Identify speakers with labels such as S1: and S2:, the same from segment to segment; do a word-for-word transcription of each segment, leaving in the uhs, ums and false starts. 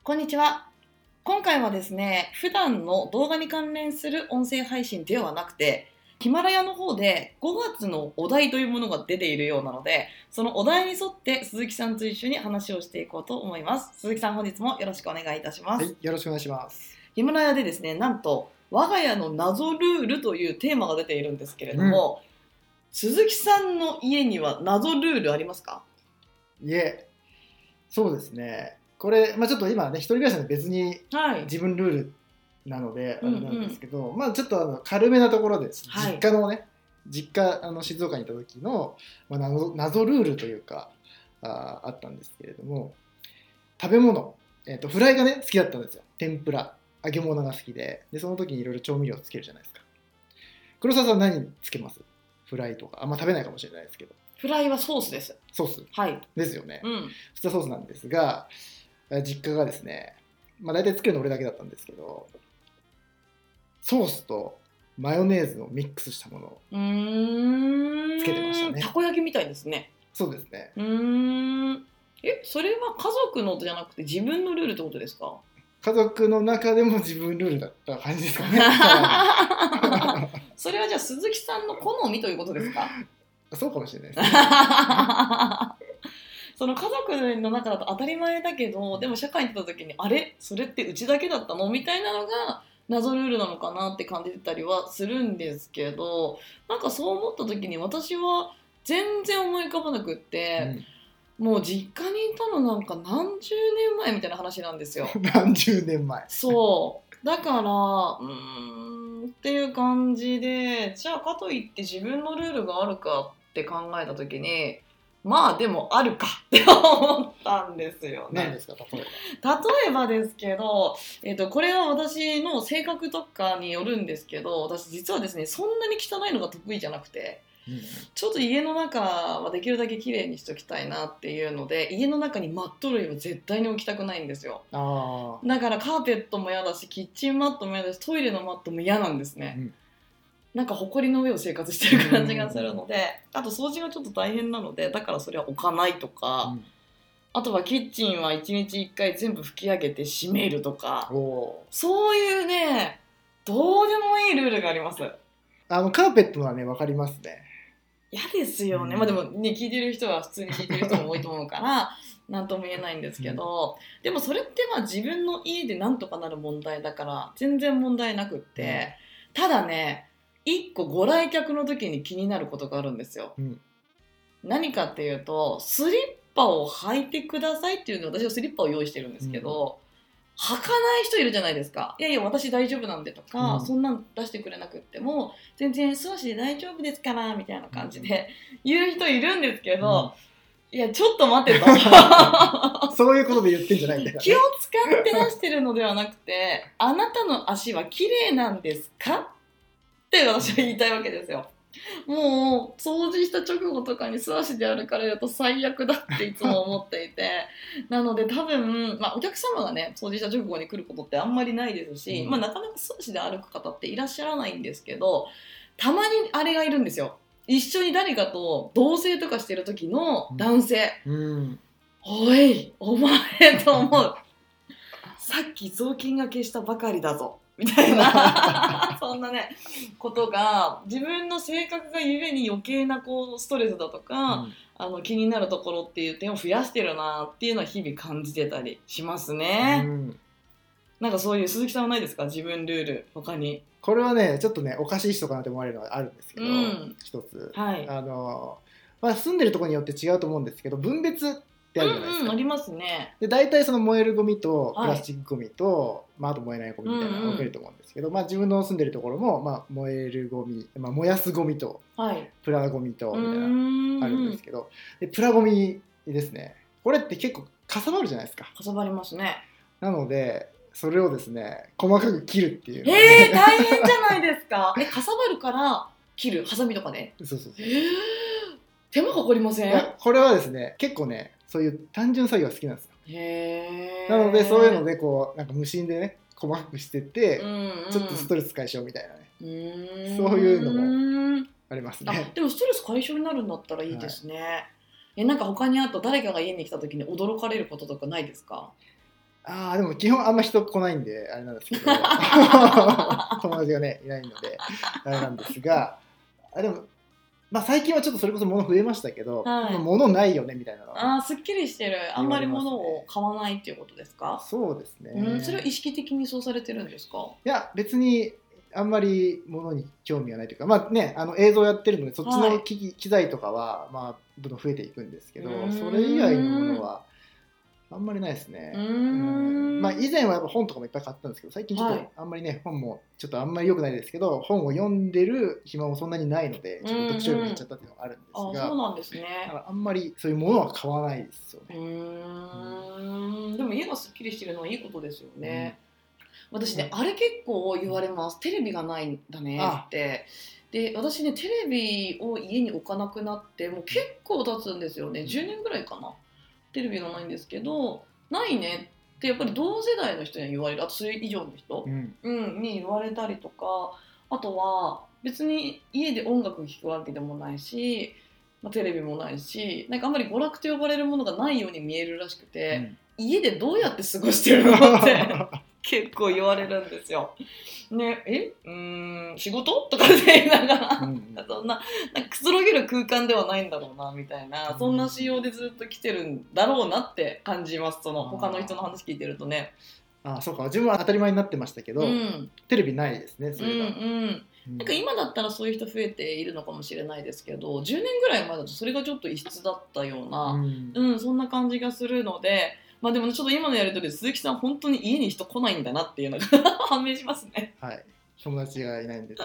S1: こんにちは。今回はですね、普段の動画に関連する音声配信ではなくて、ヒマラヤの方でごがつのお題というものが出ているようなので、そのお題に沿って鈴木さんと一緒に話をしていこうと思います。鈴木さん、本日もよろしくお願いいたします。
S2: はい、よろしくお願いします。
S1: ヒマラヤでですね、なんと我が家の謎ルールというテーマが出ているんですけれども、うん、鈴木さんの家には謎ルールありますか？
S2: いえ、そうですね。これ、まあ、ちょっと今ね、一人暮らしなんで別に自分ルールなのであれなんですけど、うんうん、まあちょっとあの軽めなところです、はい、実家のね、実家あの静岡にいた時の、まあ、謎, 謎ルールというか あ, あったんですけれども、食べ物、えーと、フライがね好きだったんですよ。天ぷら、揚げ物が好きで、でその時にいろいろ調味料つけるじゃないですか。黒沢さん何つけます？フライとかあんま食べないかもしれないですけど。
S1: フライはソースです。
S2: ソース、
S1: はい、
S2: ですよね、
S1: うん、
S2: 普通はソースなんですが、実家がですね、まあ、大体作るの俺だけだったんですけど、ソースとマヨネーズのミックスしたものをつけてましたね。
S1: たこ焼きみたいですね。
S2: そうですね。
S1: うーん、え、それは家族のじゃなくて自分のルールってことですか？
S2: 家族の中でも自分ルールだった感じですかね。
S1: それはじゃあ鈴木さんの好みということですか？
S2: そうかもしれないですね。
S1: その家族の中だと当たり前だけど、でも社会に出た時にあれそれってうちだけだったのみたいなのが謎ルールなのかなって感じてたりはするんですけど、なんかそう思った時に私は全然思い浮かばなくって、うん、もう実家にいたのなんか何十年前みたいな話なんですよ。
S2: 何十年前。
S1: そうだからうーんっていう感じで、じゃあかといって自分のルールがあるかって考えた時に、まあでもあるかって思ったんですよね。
S2: 何ですか？例えば。
S1: 例えばですけど、えーと、これは私の性格とかによるんですけど、私実はですね、そんなに汚いのが得意じゃなくて、うん、ちょっと家の中はできるだけ綺麗にしときたいなっていうので、家の中にマット類は絶対に置きたくないんですよ。
S2: あ、
S1: だからカーペットも嫌だし、キッチンマットも嫌だし、トイレのマットも嫌なんですね。うん、なんか埃の上を生活してる感じがするので、あと掃除がちょっと大変なので、だからそれは置かないとか、うん、あとはキッチンはいちにちいっかい全部拭き上げて閉めるとか、そういうね、どうでもいいルールがあります。
S2: あのカーペットはね、分かりますね。
S1: 嫌ですよね、うん、まあでもね、聞いてる人は普通に聞いてる人も多いと思うから何とも言えないんですけど、うん、でもそれってまあ自分の家でなんとかなる問題だから全然問題なくって、うん、ただね、いっこご来客の時に気になることがあるんですよ、うん、何かっていうと、スリッパを履いてくださいっていうので私はスリッパを用意してるんですけど、うん、履かない人いるじゃないですか。いやいや私大丈夫なんでとか、うん、そんなん出してくれなくっても全然素足で大丈夫ですからみたいな感じで言う人いるんですけど、うん、いやちょっと待ってと
S2: そういうことで言ってんじゃないんだよ、ね、
S1: 気を使って出してるのではなくて、あなたの足は綺麗なんですかって私は言いたいわけですよ。もう掃除した直後とかに素足で歩かれると最悪だっていつも思っていてなので多分、まあ、お客様がね掃除した直後に来ることってあんまりないですし、うん、まあ、なかなか素足で歩く方っていらっしゃらないんですけど、たまにあれがいるんですよ。一緒に誰かと同棲とかしてる時の男性、うんうん、おいお前と思うさっき雑巾がけしたばかりだぞみたいなそんなねことが自分の性格がゆえに余計なこうストレスだとか、うん、あの気になるところっていう点を増やしてるなっていうのは日々感じてたりしますね、うん、なんかそういう鈴木さんはないですか？自分ルール他に。
S2: これはねちょっとねおかしい人かなって思われるのはあるんですけど、うん、一つ、
S1: はい、
S2: あの、まあ、住んでるところによって違うと思うんですけど、分別ってあるじゃないですか、
S1: うんうん、ありますね。
S2: で大体その燃えるゴミとプラスチックゴミと、はい、まあ、あと燃えないゴミみたいなのが分けると思うんですけど、うんうん、まあ、自分の住んでるところも、まあ、燃えるゴミ、まあ、燃やすゴミと、はい、プラゴミとみたいなあるんですけど、でプラゴミですね、これって結構かさばるじゃないですか。
S1: かさばりますね。
S2: なのでそれをですね細かく切るっていう、ね、
S1: えー、大変じゃないですかえかさばるから切る、ハサミとかね。
S2: そうそうそう、
S1: えー、手間かかりません？
S2: いやこれはですね結構ねそういう単純作業が好きなんですよ。
S1: へー、
S2: なのでそういうのでこうなんか無心でね細かくしてって、うんうん、ちょっとストレス解消みたいなね、うーん、そういうのもありますね。
S1: あ、でもストレス解消になるんだったらいいですね、はい、えなんか他にあと誰かが家に来た時に驚かれることとかないですか？
S2: ああでも基本あんま人来ないんであれなんですけど友達がねいないのであれなんですが、あでもまあ最近はちょっとそれこそ物増えましたけど、はい、物ないよねみたいなのは、
S1: ああすっきりしてる、あんまり物を買わないっていうことですか？
S2: そうですね、
S1: うん、それは意識的にそうされてるんですか？
S2: いや別にあんまり物に興味がないというか、まあね、あの映像やってるのでそっちの機器、はい、機材とかはまあどんどん増えていくんですけど、それ以外のものはあんまりないですね。
S1: うーん、
S2: まあ、以前はやっぱ本とかもいっぱい買ったんですけど、最近ちょっとあんまりね、はい、本もちょっとあんまり良くないですけど、本を読んでる暇もそんなにないので、ちょっと読書量が減っちゃったっていうのがあるんですが、
S1: あ、そうなんですね。
S2: だからあんまりそういうものは買わないですよね。
S1: うーん、でも家がすっきりしてるのはいいことですよね。うん、私ね、うん、あれ結構言われます。テレビがないんだねって。で、私ね、テレビを家に置かなくなってもう結構経つんですよね。じゅうねんぐらいかな。テレビがないんですけど、ないねってやっぱり同世代の人には言われる、あとそれ以上の人、うんうん、に言われたりとか、あとは別に家で音楽聴くわけでもないし、まあ、テレビもないし、なんかあんまり娯楽と呼ばれるものがないように見えるらしくて、うん、家でどうやって過ごしてるのって結構言われるんですよ。ね、えうーん仕事とかで言いながら、うん、そんな、なんかくつろげる空間ではないんだろうなみたいな、うん、そんな仕様でずっと来てるんだろうなって感じます。その他の人の話聞いてるとね。
S2: ああそうか、自分は当たり前になってましたけど、うん、テレビないですねそれが。うんうん
S1: うん、なんか今だったらそういう人増えているのかもしれないですけど、じゅうねんぐらい前だとそれがちょっと異質だったような、うんうん、そんな感じがするので、まあでも、ね、ちょっと今のやり取りで鈴木さん本当に家に人来ないんだなっていうのが判明しますね。
S2: はい、友達がいないんですね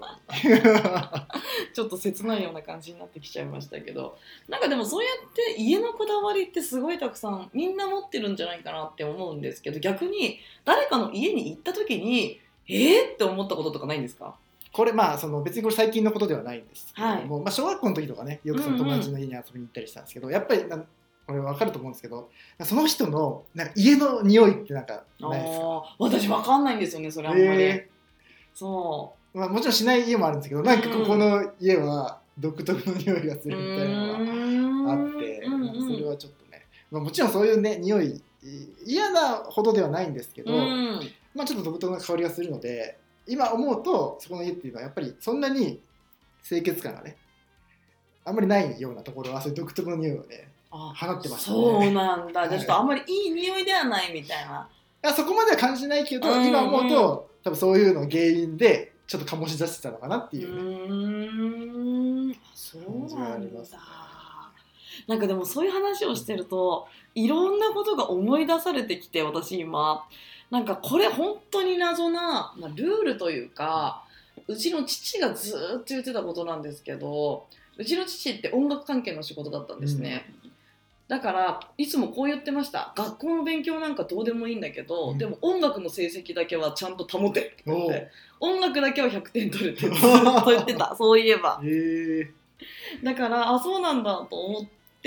S1: ちょっと切ないような感じになってきちゃいましたけど、なんかでもそうやって家のこだわりってすごいたくさんみんな持ってるんじゃないかなって思うんですけど、逆に誰かの家に行った時にえーって思ったこととかないんですか？
S2: これまあその別にこれ最近のことではないんですけども、はい、まあ、小学校の時とかねよくその友達の家に遊びに行ったりしたんですけど、うんうん、やっぱりなこれ分かると思うんですけど、その人のなんか家の匂いってなんかないですか？
S1: あ、私分かんないんですよねそれあんまり、えー、そう、
S2: まあ、もちろんしない家もあるんですけど、なんかここの家は独特の匂いがするみたいなのがあって、うんうん、それはちょっとね、まあ、もちろんそういうね匂い嫌なほどではないんですけど、うん、まあ、ちょっと独特な香りがするので、今思うとそこの家っていうのはやっぱりそんなに清潔感がねあんまりないようなところはそういう独特の匂いをね放ってましたね。
S1: そうなんだ、はい、じゃあちょっとあんまりいい匂いではないみたいな。
S2: いやそこまでは感じないけど、うんうん、今思うと多分そういうの原因でちょっと醸し出してたのかなっていう、ね、
S1: うーん、そうなんだ。なんかでもそういう話をしてるといろんなことが思い出されてきて、私今なんかこれ本当に謎な、まあ、ルールというか、うちの父がずっと言ってたことなんですけど、うちの父って音楽関係の仕事だったんですね、うん、だからいつもこう言ってました。学校の勉強なんかどうでもいいんだけど、うん、でも音楽の成績だけはちゃんと保てって言って、音楽だけはひゃくてん取るってずっと言ってたそういえば、えー、だからあそうなんだと思って、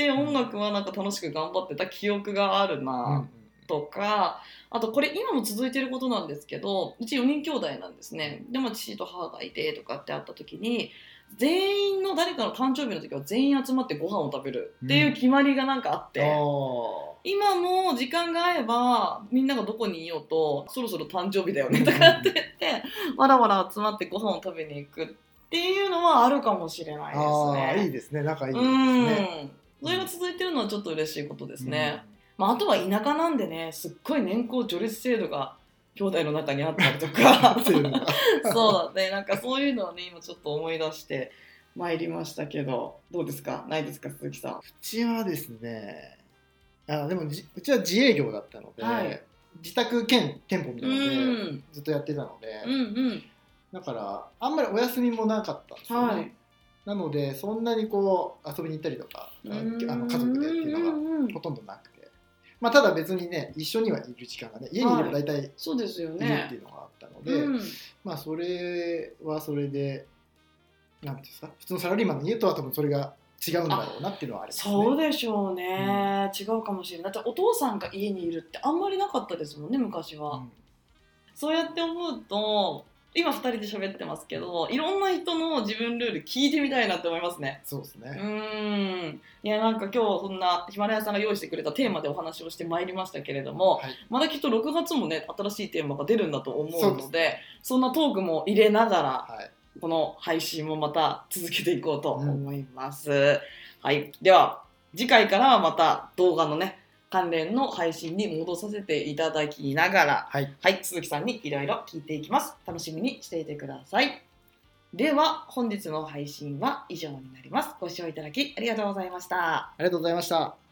S1: 音楽はなんか楽しく頑張ってた記憶があるなとか、あとこれ今も続いてることなんですけど、うちよにん兄弟なんですね。でも父と母がいてとかってあった時に、全員の誰かの誕生日の時は全員集まってご飯を食べるっていう決まりがなんかあって、うん、今も時間が合えばみんながどこにいようとそろそろ誕生日だよねとかって言ってわらわら集まってご飯を食べに行くっていうのはあるかもしれないですね。
S2: あ、いいですね、仲いいですね。
S1: うん、それが続いてるのはちょっと嬉しいことですね、うん、まあ、あとは田舎なんでね、すっごい年功序列制度が兄弟の中にあったりとかそうだね、なんかそういうのはね今ちょっと思い出してまいりましたけど、どうですか、ないですか鈴木さん。
S2: うちはですね、あでもじうちは自営業だったので、はい、自宅兼店舗みたいなのでずっとやってたので、うんうん、だからあんまりお休みもなかったんですよね、はい、なのでそんなにこう遊びに行ったりとかあの家族でっていうのがほとんどなくて、まあ、ただ別にね一緒にはいる時間がね家にいれば大体いるっていうのがあったので、はい、うん、まあそれはそれでなんていうんですか、普通のサラリーマンの家とは多分それが違うんだろうなっていうのはありますね。
S1: そうでしょうね、うん、違うかもしれない。だってお父さんが家にいるってあんまりなかったですもんね昔は、うん、そうやって思うと今ふたりで喋ってますけど、いろんな人の自分ルール聞いてみたいなって思いますね。
S2: そうですね。
S1: うーん。いや、なんか今日そんなヒマラヤさんが用意してくれたテーマでお話をしてまいりましたけれども、はい、まだきっとろくがつもね、新しいテーマが出るんだと思うの で, でそんなトークも入れながら、はい、この配信もまた続けていこうと思います。うん、はい。では、次回からはまた動画のね、関連の配信に戻させていただきながら、はい、はい、鈴木さんにいろいろ聞いていきます。楽しみにしていてください。では、本日の配信は以上になります。ご視聴いただきありがとうございました。
S2: ありがとうございました。